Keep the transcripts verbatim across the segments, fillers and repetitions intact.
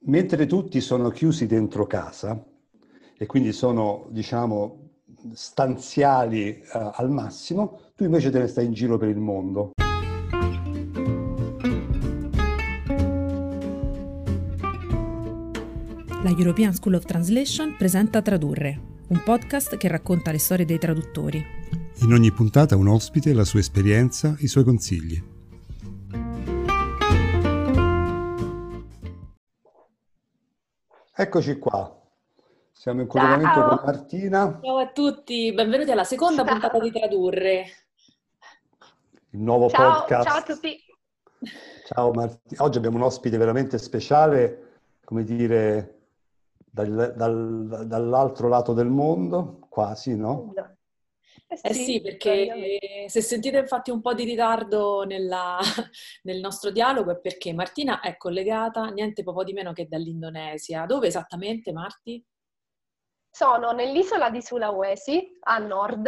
Mentre tutti sono chiusi dentro casa e quindi sono, diciamo, stanziali eh, al massimo, tu invece te ne stai in giro per il mondo. La European School of Translation presenta Tradurre, un podcast che racconta le storie dei traduttori. In ogni puntata un ospite, la sua esperienza, i suoi consigli. Eccoci qua, siamo in collegamento Ciao. con Martina. Ciao a tutti, benvenuti alla seconda Ciao. puntata di Tradurre. Il nuovo Ciao, podcast. ciao a tutti. Ciao Martina, oggi abbiamo un ospite veramente speciale, come dire, dal, dal, dall'altro lato del mondo, quasi, no? Eh, eh sì, perché se sentite infatti un po' di ritardo nella, nel nostro dialogo è perché Martina è collegata niente po' di meno che dall'Indonesia. Dove esattamente, Marti? Sono nell'isola di Sulawesi, a nord,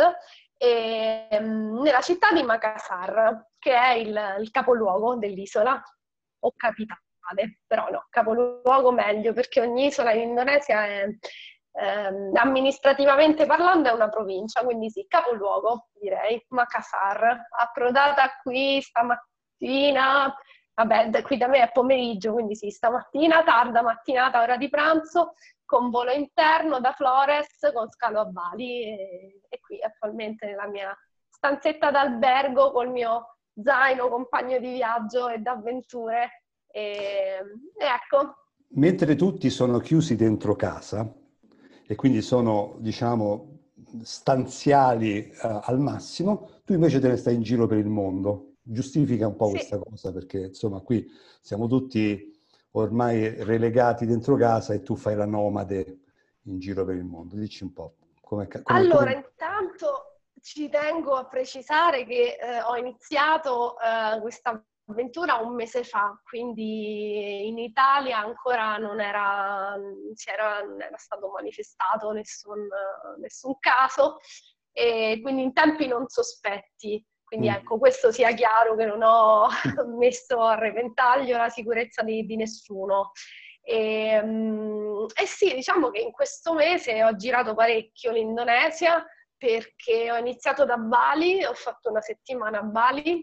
e, um, nella città di Makassar, che è il, il capoluogo dell'isola, o capitale, però no, capoluogo meglio, perché ogni isola in Indonesia è, ehm, amministrativamente parlando, è una provincia, quindi sì, capoluogo, direi, Makassar, approdata qui stamattina, vabbè, qui da me è pomeriggio, quindi sì, stamattina, tarda mattinata, ora di pranzo, con volo interno da Flores con scalo a Bali e, e qui attualmente nella mia stanzetta d'albergo col mio zaino compagno di viaggio e d'avventure e, e ecco. Mentre tutti sono chiusi dentro casa e quindi sono, diciamo, stanziali uh, al massimo, tu invece te ne stai in giro per il mondo. Giustifica un po' Sì. questa cosa, perché insomma qui siamo tutti ormai relegati dentro casa e tu fai la nomade in giro per il mondo. Dici un po'. Come, come, allora, come... intanto ci tengo a precisare che eh, ho iniziato eh, questa avventura un mese fa, quindi in Italia ancora non era, si era, non era stato manifestato nessun, nessun caso, e quindi in tempi non sospetti. Quindi Mm. ecco, questo sia chiaro che non ho messo a repentaglio la sicurezza di, di nessuno. E, um, e sì, diciamo che in questo mese ho girato parecchio l'Indonesia perché ho iniziato da Bali, ho fatto una settimana a Bali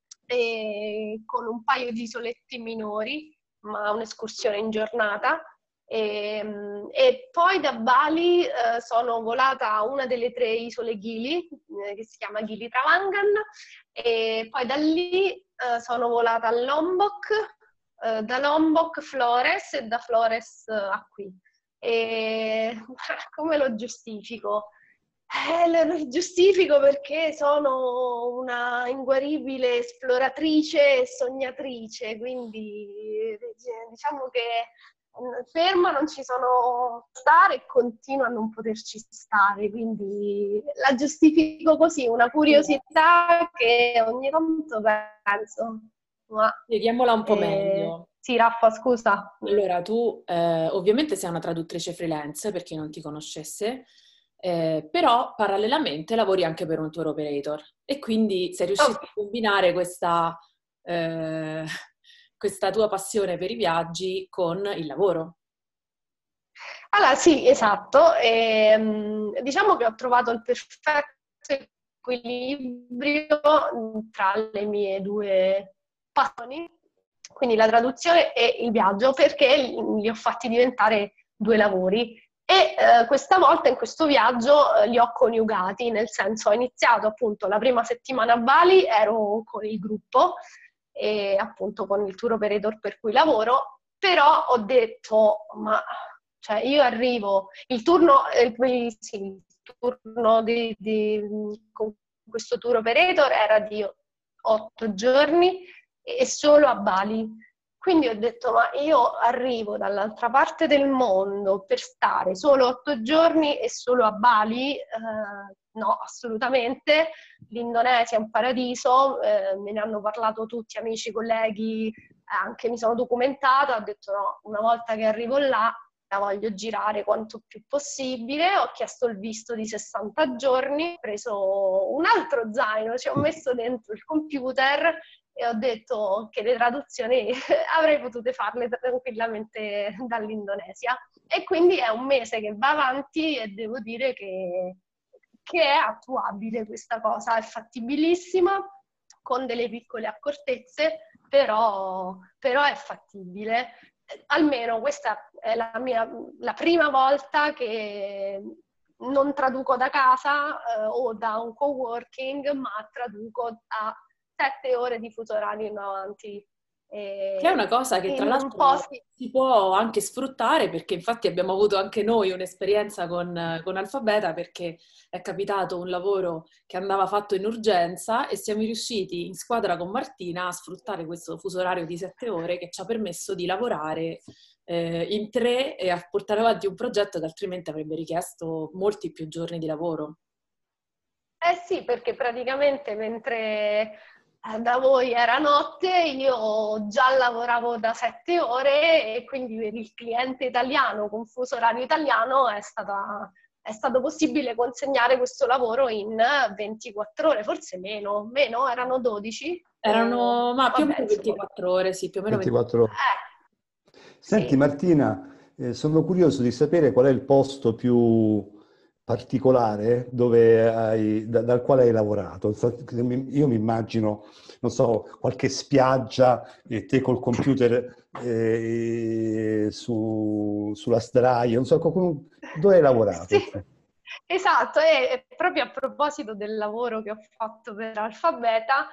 e con un paio di isoletti minori, ma un'escursione in giornata. E, e poi da Bali eh, sono volata a una delle tre isole Gili, eh, che si chiama Gili Travangan, e poi da lì eh, sono volata a Lombok, eh, da Lombok Flores e da Flores eh, a qui. E come lo giustifico? Eh, lo giustifico perché sono una inguaribile esploratrice e sognatrice, quindi diciamo che ferma non ci sono stare e continuo a non poterci stare, quindi la giustifico così, una curiosità che ogni tanto penso. Ma, Spieghiamola un po' eh, meglio. Sì, Raffa, scusa. Allora, tu eh, ovviamente sei una traduttrice freelance, per chi non ti conoscesse, eh, però parallelamente lavori anche per un tour operator e quindi sei riuscita Oh. a combinare questa, eh, questa tua passione per i viaggi con il lavoro. Allora, sì, esatto. E, um, diciamo che ho trovato il perfetto equilibrio tra le mie due passioni, quindi la traduzione e il viaggio, perché li ho fatti diventare due lavori. E eh, questa volta in questo viaggio eh, li ho coniugati, nel senso ho iniziato appunto la prima settimana a Bali, ero con il gruppo e appunto con il tour operator per cui lavoro, però ho detto, ma cioè io arrivo, il turno, eh, sì, il turno di, di, con questo tour operator era di otto giorni e solo a Bali. Quindi ho detto, ma io arrivo dall'altra parte del mondo per stare solo otto giorni e solo a Bali? Eh, no, assolutamente. L'Indonesia è un paradiso, eh, me ne hanno parlato tutti, amici, colleghi, anche mi sono documentata, ho detto no, una volta che arrivo là la voglio girare quanto più possibile, ho chiesto il visto di sessanta giorni, ho preso un altro zaino, ci ho messo dentro il computer e ho detto che le traduzioni avrei potuto farle tranquillamente dall'Indonesia. E quindi è un mese che va avanti e devo dire che, che è attuabile questa cosa, è fattibilissima, con delle piccole accortezze, però, però è fattibile. Almeno questa è la mia la prima volta che non traduco da casa eh, o da un coworking, ma traduco a sette ore di fuso orario in avanti. Che è una cosa che tra l'altro posti... si può anche sfruttare, perché infatti abbiamo avuto anche noi un'esperienza con, con Alfabeta, perché è capitato un lavoro che andava fatto in urgenza e siamo riusciti in squadra con Martina a sfruttare questo fuso orario di sette ore che ci ha permesso di lavorare eh, in tre e a portare avanti un progetto che altrimenti avrebbe richiesto molti più giorni di lavoro. Eh sì, perché praticamente mentre da voi era notte, io già lavoravo da sette ore e quindi per il cliente italiano con fuso orario italiano è, stata, è stato possibile consegnare questo lavoro in ventiquattro ore, forse meno, meno, erano dodici? Erano, o... ma più Vabbè, o meno ventiquattro ore, sì, più o meno ventiquattro ore. Eh, Senti sì. Martina, eh, sono curioso di sapere qual è il posto più particolare dove hai, da- dal quale hai lavorato. Io mi immagino, non so, qualche spiaggia e te col computer eh, su, sulla sdraio, non so, qualcuno- dove hai lavorato? Sì, esatto, e proprio a proposito del lavoro che ho fatto per Alfabeta,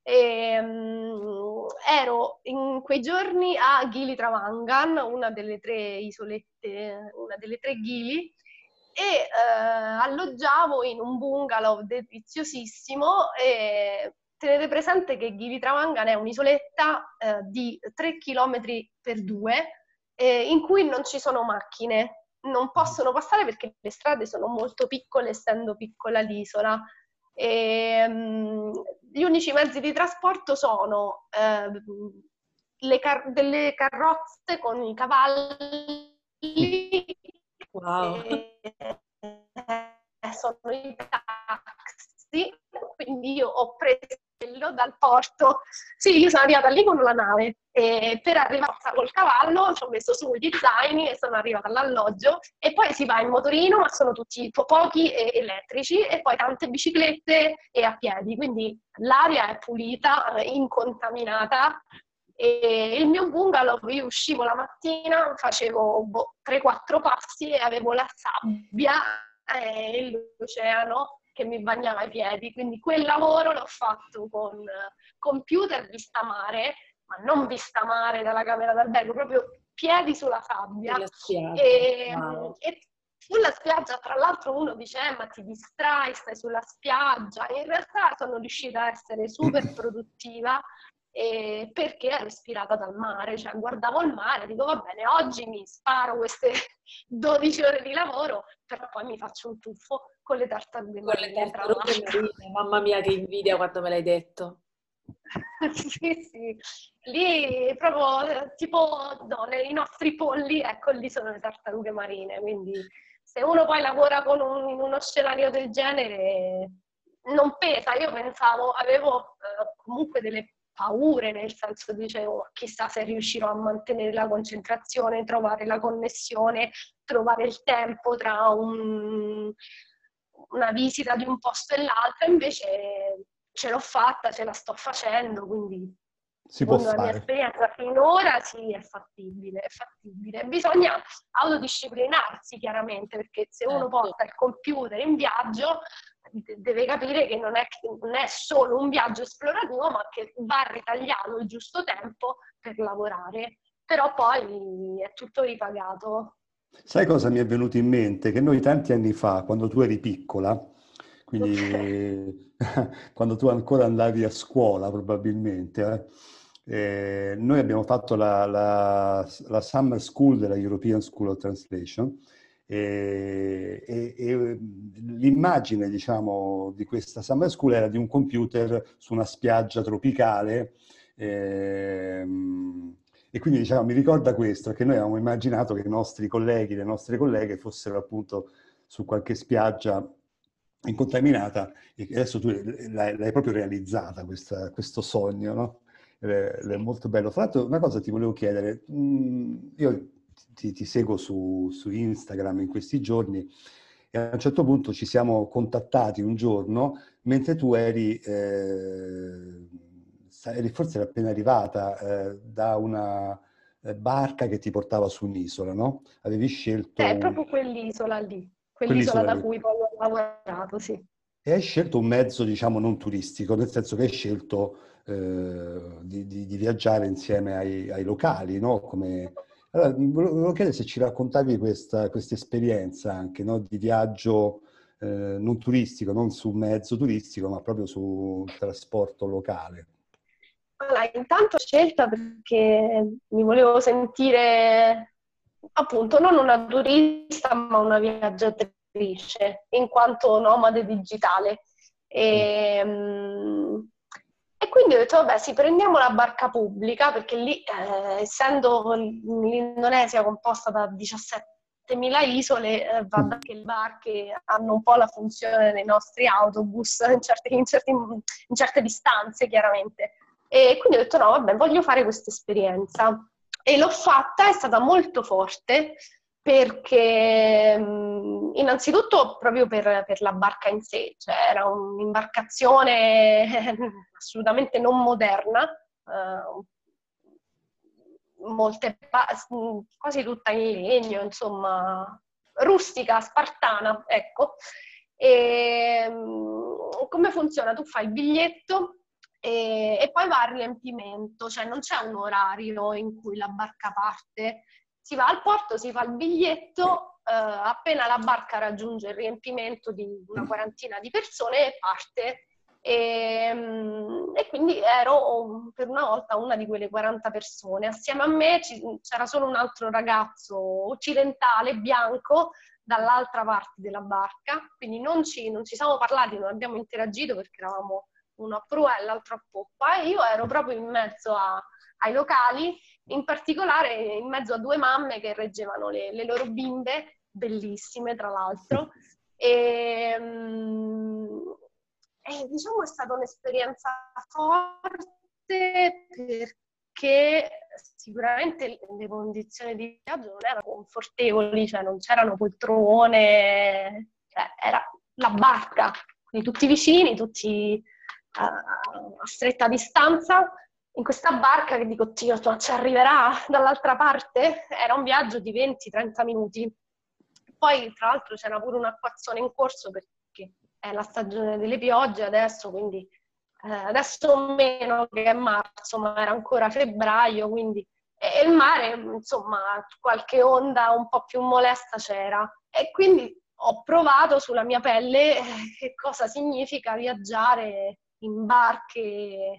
ehm, ero in quei giorni a Gili Travangan, una delle tre isolette, una delle tre Gili, e eh, alloggiavo in un bungalow deliziosissimo. E tenete presente che Gili Travangan è un'isoletta eh, di tre chilometri per due eh, in cui non ci sono macchine, non possono passare perché le strade sono molto piccole, essendo piccola l'isola. E, um, gli unici mezzi di trasporto sono eh, le car- delle carrozze con i cavalli. Wow. E, eh, sono i taxi, quindi io ho preso quello dal porto. Sì, io sono arrivata lì con la nave e per arrivare col cavallo ci ho messo su gli zaini e sono arrivata all'alloggio e poi si va in motorino, ma sono tutti po- pochi e elettrici, e poi tante biciclette e a piedi, quindi l'aria è pulita, incontaminata. E il mio bungalow, io uscivo la mattina, facevo boh, tre quattro passi e avevo la sabbia e l'oceano che mi bagnava i piedi, quindi quel lavoro l'ho fatto con computer vista mare, ma non vista mare dalla camera d'albergo, proprio piedi sulla sabbia. Sulla spiaggia. E, Wow. e sulla spiaggia, tra l'altro, uno dice, eh, ma ti distrai, stai sulla spiaggia. In realtà sono riuscita a essere super produttiva eh, perché ero ispirata dal mare, cioè guardavo il mare, dico va bene, oggi mi sparo queste dodici ore di lavoro, però poi mi faccio un tuffo con le tartarughe Con le marine, tra tartarughe l'altro. marine, mamma mia che invidia quando me l'hai detto. Sì, sì, lì proprio tipo no, nei nostri polli, ecco, lì sono le tartarughe marine, quindi se uno poi lavora con un, in uno scenario del genere non pesa. Io pensavo, avevo eh, comunque delle paure, nel senso dicevo chissà se riuscirò a mantenere la concentrazione, trovare la connessione, trovare il tempo tra un, una visita di un posto e l'altro, invece ce l'ho fatta, ce la sto facendo, quindi Si può secondo la mia fare. esperienza finora sì, è fattibile, è fattibile. Bisogna autodisciplinarsi chiaramente, perché se uno Certo. porta il computer in viaggio deve capire che non è, non è solo un viaggio esplorativo, ma che va ritagliato il giusto tempo per lavorare, però poi è tutto ripagato. Sai cosa mi è venuto in mente? Che noi tanti anni fa, quando tu eri piccola, quindi quando tu ancora andavi a scuola probabilmente, eh, eh, noi abbiamo fatto la, la, la Summer School della European School of Translation e, e, e l'immagine, diciamo, di questa Summer School era di un computer su una spiaggia tropicale. ehm, E quindi diciamo, mi ricorda questo, che noi avevamo immaginato che i nostri colleghi, le nostre colleghe fossero appunto su qualche spiaggia incontaminata, e adesso tu l'hai, l'hai proprio realizzata questa, questo sogno, no? è, è molto bello. Fra l'altro una cosa ti volevo chiedere, io ti, ti seguo su, su Instagram in questi giorni e a un certo punto ci siamo contattati un giorno mentre tu eri, eh, eri forse eri appena arrivata eh, da una barca che ti portava su un'isola, no? Avevi scelto... È un... proprio quell'isola lì, quell'isola quell'isola da lì. cui poi ho lavorato, sì. E hai scelto un mezzo, diciamo, non turistico, nel senso che hai scelto eh, di, di, di viaggiare insieme ai, ai locali, no? Come... Allora, volevo chiedere se ci raccontavi questa esperienza anche, no? Di viaggio eh, non turistico, non su un mezzo turistico, ma proprio sul trasporto locale. Allora, intanto ho scelta perché mi volevo sentire appunto non una turista ma una viaggiatrice in quanto nomade digitale e, mm. e quindi ho detto vabbè sì, prendiamo la barca pubblica perché lì eh, essendo l'Indonesia composta da diciassettemila isole eh, va da che le barche hanno un po' la funzione dei nostri autobus in certe, in certe, in certe distanze chiaramente. E quindi ho detto no, vabbè, voglio fare questa esperienza. E l'ho fatta, è stata molto forte, perché mh, innanzitutto proprio per, per la barca in sé, cioè era un'imbarcazione assolutamente non moderna, eh, molte, quasi tutta in legno, insomma, rustica, spartana, ecco. E, mh, come funziona? Tu fai il biglietto e, e poi va a riempimento, cioè non c'è un orario in cui la barca parte, si va al porto, si fa il biglietto, eh, appena la barca raggiunge il riempimento di una quarantina di persone parte e, e quindi ero per una volta una di quelle quaranta persone. Assieme a me c'era solo un altro ragazzo occidentale, bianco, dall'altra parte della barca, quindi non ci, non ci siamo parlati, non abbiamo interagito perché eravamo uno a prua e l'altro a poppa e io ero proprio in mezzo a, ai locali, in particolare in mezzo a due mamme che reggevano le, le loro bimbe, bellissime tra l'altro, e, e diciamo è stata un'esperienza forte perché sicuramente le condizioni di viaggio non erano confortevoli, cioè non c'erano poltrone, cioè era la barca, quindi tutti vicini, tutti a stretta distanza, in questa barca che dico, Dio, ci arriverà dall'altra parte? Era un viaggio di venti trenta minuti. Poi, tra l'altro, c'era pure un acquazzone in corso perché è la stagione delle piogge adesso, quindi eh, adesso meno che è marzo, ma era ancora febbraio, quindi e il mare, insomma, qualche onda un po' più molesta c'era. E quindi ho provato sulla mia pelle che cosa significa viaggiare in barche eh,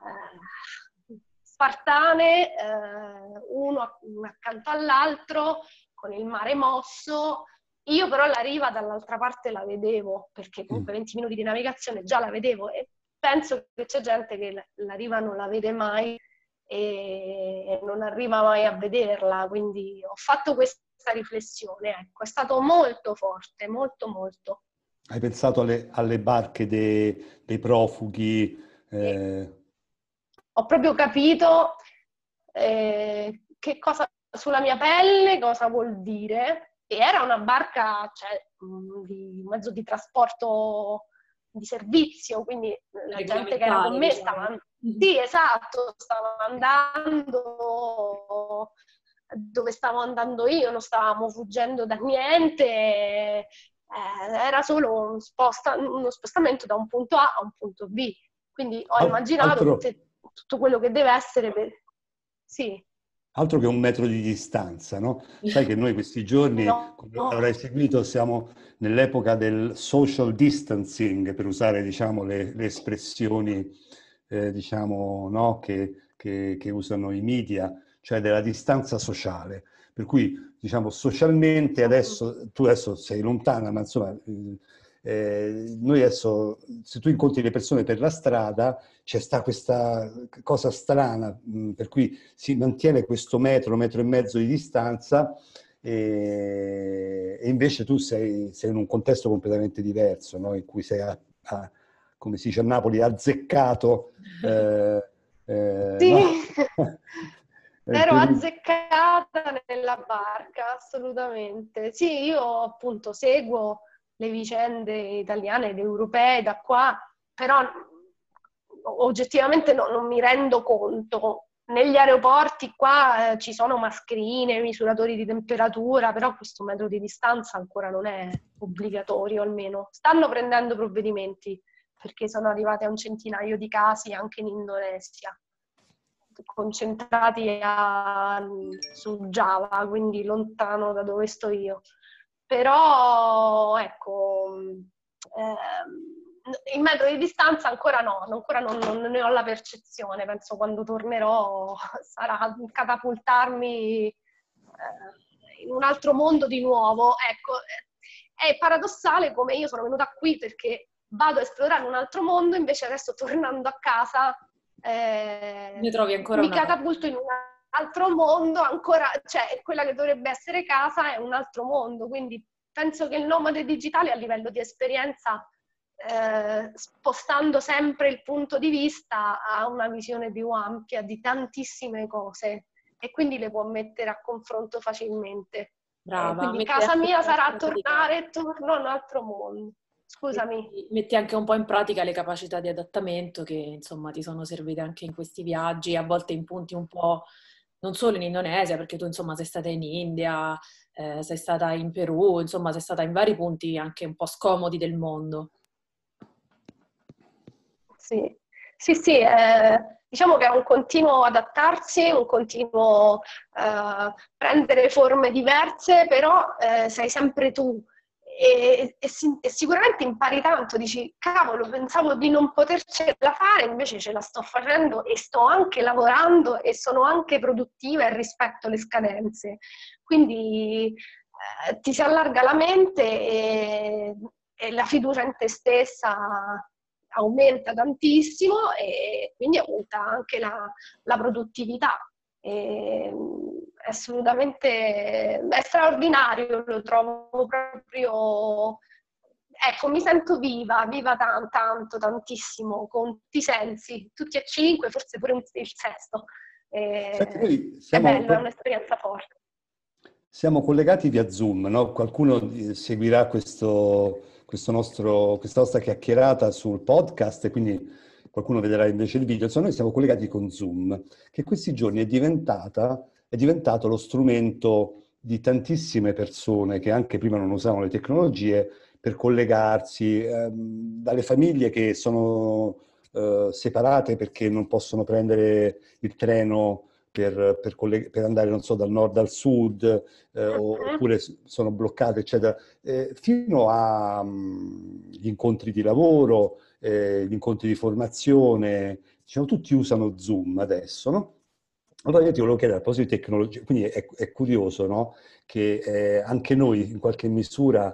spartane, eh, uno accanto all'altro, con il mare mosso. Io però la riva dall'altra parte la vedevo, perché comunque venti minuti di navigazione già la vedevo e penso che c'è gente che la riva non la vede mai e non arriva mai a vederla, quindi ho fatto questa riflessione, ecco, è stato molto forte, molto molto. Hai pensato alle, alle barche dei, dei profughi? Eh... Ho proprio capito eh, che cosa sulla mia pelle, cosa vuol dire. E era una barca, cioè, di mezzo di trasporto di servizio, quindi la gente che era con me stava... Sì, esatto, stava andando dove stavo andando io, non stavamo fuggendo da niente, eh, era solo un sposta- uno spostamento da un punto A a un punto B. Quindi ho immaginato altro, tutte, tutto quello che deve essere per... Sì. Altro che un metro di distanza, no? Sai che noi questi giorni, No, come no. avrai seguito, siamo nell'epoca del social distancing, per usare, diciamo, le, le espressioni, eh, diciamo, no? che, che, che usano i media, cioè della distanza sociale. Per cui, diciamo, socialmente adesso, tu adesso sei lontana, ma insomma... Eh, noi adesso, se tu incontri le persone per la strada, c'è sta questa cosa strana, mh, per cui si mantiene questo metro, metro e mezzo di distanza e, e invece tu sei, sei in un contesto completamente diverso, no? In cui sei, a, a, come si dice a Napoli, azzeccato eh, Eh, Sì, no? ero azzeccata nella barca, assolutamente. Sì, io appunto seguo le vicende italiane ed europee da qua, però oggettivamente no, non mi rendo conto. Negli aeroporti qua eh, ci sono mascherine, misuratori di temperatura, però questo metro di distanza ancora non è obbligatorio, almeno. Stanno prendendo provvedimenti, perché sono arrivate a un centinaio di casi anche in Indonesia, concentrati a, su Java, quindi lontano da dove sto io. Però, ecco, eh, il metro di distanza ancora no, ancora non, non ne ho la percezione. Penso quando tornerò sarà catapultarmi eh, in un altro mondo di nuovo. Ecco, è paradossale come io sono venuta qui perché vado a esplorare un altro mondo, invece adesso tornando a casa eh, ne trovi ancora mi una catapulto in un altro mondo, ancora, cioè quella che dovrebbe essere casa è un altro mondo, quindi penso che il nomade digitale a livello di esperienza, eh, spostando sempre il punto di vista, ha una visione più ampia di tantissime cose e quindi le può mettere a confronto facilmente. Brava, Eh, quindi mette casa anche mia un po' in sarà pratica- tornare e torno a un altro mondo. Scusami. metti, metti anche un po' in pratica le capacità di adattamento che insomma ti sono servite anche in questi viaggi, a volte in punti un po' non solo in Indonesia, perché tu insomma sei stata in India, eh, sei stata in Perù, insomma sei stata in vari punti anche un po' scomodi del mondo. Sì, sì, sì, eh, diciamo che è un continuo adattarsi, un continuo eh, prendere forme diverse, però eh, sei sempre tu e, e, si- e sicuramente impari tanto, dici, cavolo, pensavo di non potercela fare, invece ce la sto facendo e sto anche lavorando e sono anche produttiva e rispetto le scadenze. Quindi eh, ti si allarga la mente e, e la fiducia in te stessa aumenta tantissimo e quindi aumenta anche la, la produttività. E, è assolutamente è straordinario, lo trovo proprio, ecco, mi sento viva, viva tanto, tanto, tantissimo, con tutti i sensi, tutti e cinque, forse pure un, il sesto. E, Senti, noi è siamo, bello, è un'esperienza forte. siamo collegati via Zoom, no? Qualcuno eh, seguirà questo, questo nostro, questa nostra chiacchierata sul podcast e quindi qualcuno vedrà invece il video. Insomma, noi siamo collegati con Zoom, che questi giorni è diventata, è diventato lo strumento di tantissime persone che anche prima non usavano le tecnologie per collegarsi, ehm, dalle famiglie che sono eh, separate perché non possono prendere il treno per, per, colleg- per andare, non so, dal nord al sud, eh, oppure sono bloccate, eccetera, eh, fino agli incontri di lavoro, eh, gli incontri di formazione, diciamo, tutti usano Zoom adesso, no? Allora io ti volevo chiedere a proposito di tecnologia, quindi è, è curioso, no? Che eh, anche noi in qualche misura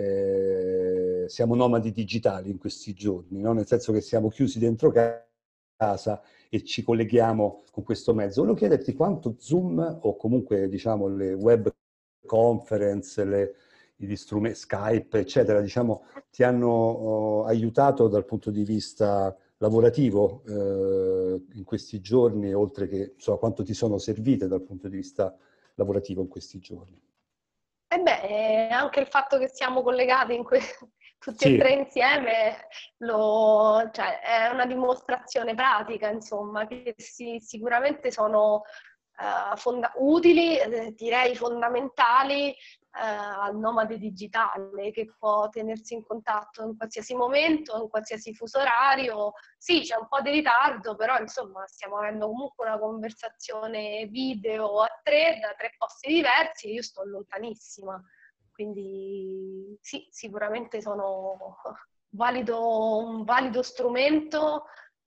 eh, siamo nomadi digitali in questi giorni, no? Nel senso che siamo chiusi dentro casa e ci colleghiamo con questo mezzo. Volevo chiederti quanto Zoom o comunque diciamo le web conference, le, gli strumenti Skype, eccetera, diciamo, ti hanno oh, aiutato dal punto di vista lavorativo eh, in questi giorni, oltre che insomma, quanto ti sono servite dal punto di vista lavorativo in questi giorni? E beh, anche il fatto che siamo collegati in que- tutti e Sì. tre insieme lo, cioè, è una dimostrazione pratica, insomma, che si, sicuramente sono uh, fonda- utili, eh, direi fondamentali uh, al nomade digitale che può tenersi in contatto in qualsiasi momento, in qualsiasi fuso orario. Sì, c'è un po' di ritardo, però insomma stiamo avendo comunque una conversazione video a tre, da tre posti diversi, io sto lontanissima, quindi sì, sicuramente sono valido, un valido strumento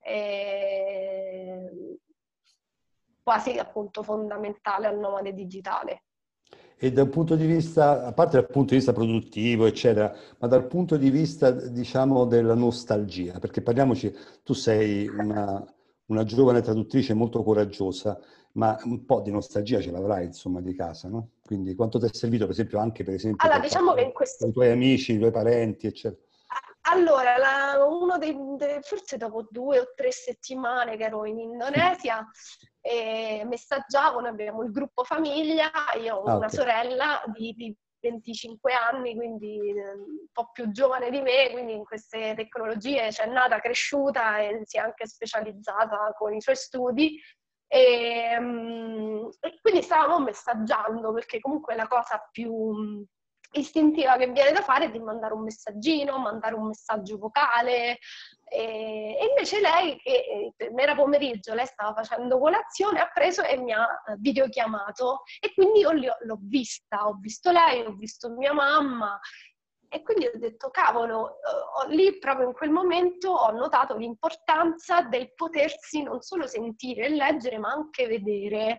e quasi appunto fondamentale al nomade digitale. E dal punto di vista, a parte dal punto di vista produttivo, eccetera, ma dal punto di vista, diciamo, della nostalgia, perché parliamoci, tu sei una, una giovane traduttrice molto coraggiosa, ma un po' di nostalgia ce l'avrai, insomma, di casa, no? Quindi quanto ti è servito, per esempio, anche per esempio Allora, per diciamo che parlare in questo... con i tuoi amici, i tuoi parenti, eccetera? Allora, la, uno dei, de, forse dopo due o tre settimane che ero in Indonesia, e messaggiavo, noi abbiamo il gruppo famiglia, io ho Ah, una ok. sorella di, di venticinque anni, quindi eh, un po' più giovane di me, quindi in queste tecnologie c'è nata, cresciuta e si è anche specializzata con i suoi studi. E, um, e quindi stavamo messaggiando, perché comunque la cosa più istintiva che viene da fare è di mandare un messaggino, mandare un messaggio vocale, e, e invece lei, che era pomeriggio, lei stava facendo colazione, ha preso e mi ha videochiamato, e quindi io l'ho vista, ho visto lei, ho visto mia mamma, e quindi ho detto, cavolo, eh, lì proprio in quel momento ho notato l'importanza del potersi non solo sentire e leggere, ma anche vedere.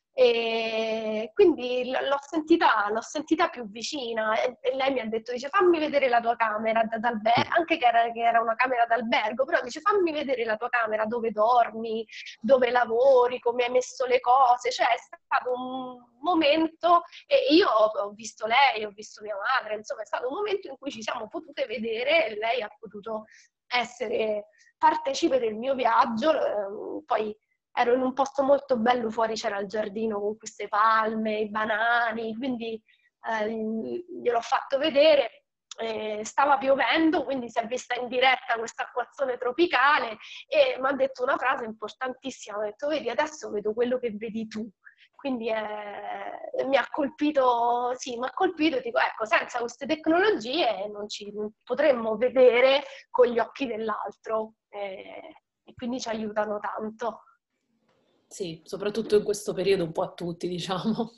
E quindi l'ho sentita, l'ho sentita più vicina, e, e lei mi ha detto, dice, fammi vedere la tua camera d'albergo, anche che era, che era una camera d'albergo, però dice, fammi vedere la tua camera, dove dormi, dove lavori, come hai messo le cose, cioè è stato un momento, e io ho, ho visto lei, ho visto mia madre, insomma è stato un momento in cui ci siamo potute vedere e lei ha potuto essere partecipe del mio viaggio, eh, poi ero in un posto molto bello, fuori c'era il giardino con queste palme, i banani, quindi eh, gliel'ho fatto vedere. Eh, stava piovendo, quindi si è vista in diretta questa acquazzone tropicale, e mi ha detto una frase importantissima, mi ha detto, vedi, adesso vedo quello che vedi tu. Quindi eh, mi ha colpito, sì, mi ha colpito, dico, ecco, senza queste tecnologie non ci non potremmo vedere con gli occhi dell'altro, eh, e quindi ci aiutano tanto. Sì, soprattutto in questo periodo un po' a tutti, diciamo.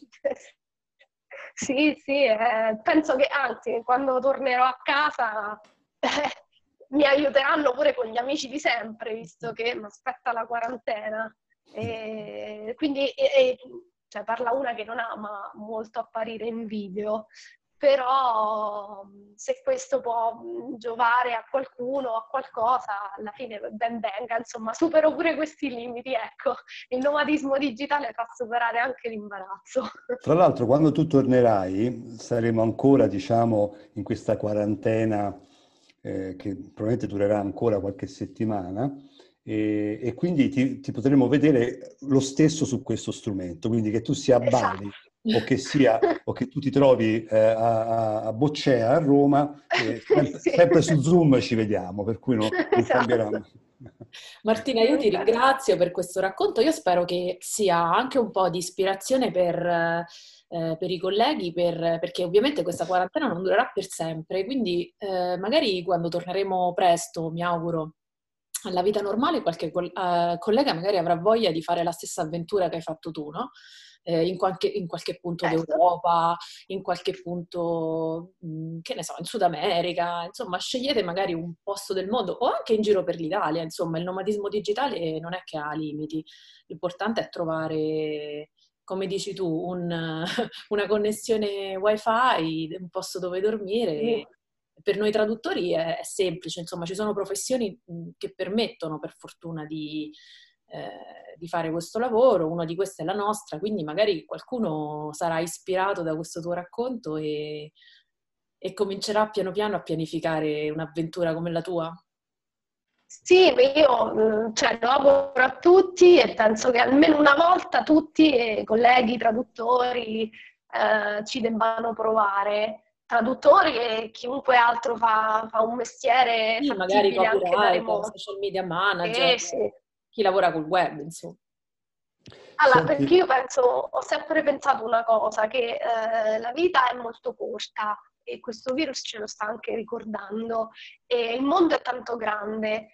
Sì, sì, eh, penso che anzi, quando tornerò a casa eh, mi aiuteranno pure con gli amici di sempre, visto che mi aspetta la quarantena. E quindi e, e, cioè, parla una che non ama molto apparire in video, però se questo può giovare a qualcuno o a qualcosa, alla fine ben venga, insomma, supero pure questi limiti, ecco. Il nomadismo digitale fa superare anche l'imbarazzo. Tra l'altro, quando tu tornerai, saremo ancora, diciamo, in questa quarantena eh, che probabilmente durerà ancora qualche settimana, e, e quindi ti, ti potremo vedere lo stesso su questo strumento, quindi che tu sia a Bali Esatto. o che, sia, o che tu ti trovi eh, a, a Boccea, a Roma, eh, sempre, Sì. sempre su Zoom ci vediamo, per cui no, non cambierà. Esatto. Martina, io ti ringrazio per questo racconto. Io spero che sia anche un po' di ispirazione per, eh, per i colleghi, per- perché ovviamente questa quarantena non durerà per sempre, quindi eh, magari quando torneremo presto, mi auguro, alla vita normale, qualche col- eh, collega magari avrà voglia di fare la stessa avventura che hai fatto tu, no? Eh, in qualche, in qualche punto Certo. d'Europa, in qualche punto, mh, che ne so, in Sud America, insomma, scegliete magari un posto del mondo o anche in giro per l'Italia, insomma, il nomadismo digitale non è che ha limiti, l'importante è trovare, come dici tu, un- una connessione wifi, un posto dove dormire. Sì. Per noi traduttori è, è semplice, insomma, ci sono professioni mh, che permettono, per fortuna, di, eh, di fare questo lavoro, una di queste è la nostra, quindi magari qualcuno sarà ispirato da questo tuo racconto e, e comincerà piano piano a pianificare un'avventura come la tua. Sì, io cioè, lo auguro a tutti e penso che almeno una volta tutti, eh, colleghi, traduttori, eh, ci debbano provare. Traduttori e chiunque altro fa, fa un mestiere Sì, magari fattibile anche da copywriter, remoto. social media manager, Sì, sì. chi lavora col web, insomma. Allora, perché Senti, io penso, ho sempre pensato una cosa, che eh, la vita è molto corta e questo virus ce lo sta anche ricordando, e il mondo è tanto grande,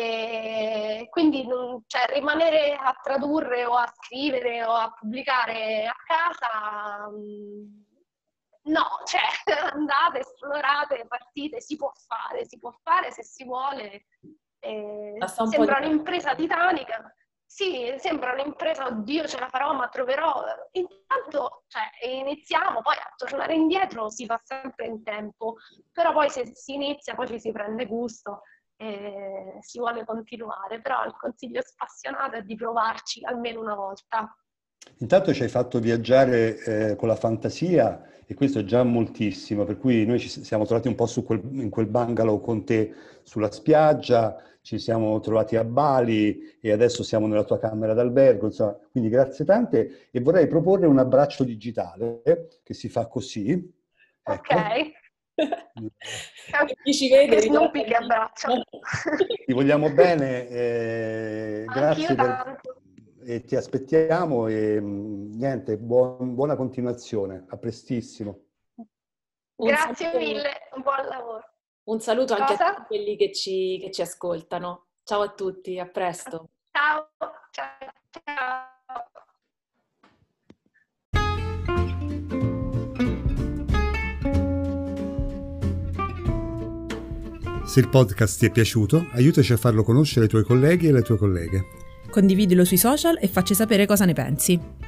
e quindi non- cioè, rimanere a tradurre o a scrivere o a pubblicare a casa, mh, no, cioè andate, esplorate, partite, si può fare, si può fare se si vuole. Eh, Basta un po' di sembra tempo. un'impresa titanica. Sì, sembra un'impresa, oddio, ce la farò, ma troverò. Intanto, cioè, iniziamo, poi a tornare indietro si fa sempre in tempo, però poi se si inizia, poi ci si prende gusto e si vuole continuare. Però il consiglio spassionato è di provarci almeno una volta. Intanto ci hai fatto viaggiare eh, con la fantasia e questo è già moltissimo, per cui noi ci siamo trovati un po' su quel, in quel bungalow con te sulla spiaggia, ci siamo trovati a Bali e adesso siamo nella tua camera d'albergo, insomma, quindi grazie tante e vorrei proporre un abbraccio digitale che si fa così. Ecco. Ok. Chi ci vede? Snoopy che abbraccia. Ti vogliamo bene, eh, grazie per, e ti aspettiamo e niente, buon, buona continuazione, a prestissimo. Grazie saluto, mille, buon lavoro. Un saluto anche Cosa? a tutti quelli che ci, che ci ascoltano. Ciao a tutti, a presto. Ciao, ciao, ciao. Se il podcast ti è piaciuto, aiutaci a farlo conoscere ai tuoi colleghi e alle tue colleghe. Condividilo sui social e facci sapere cosa ne pensi.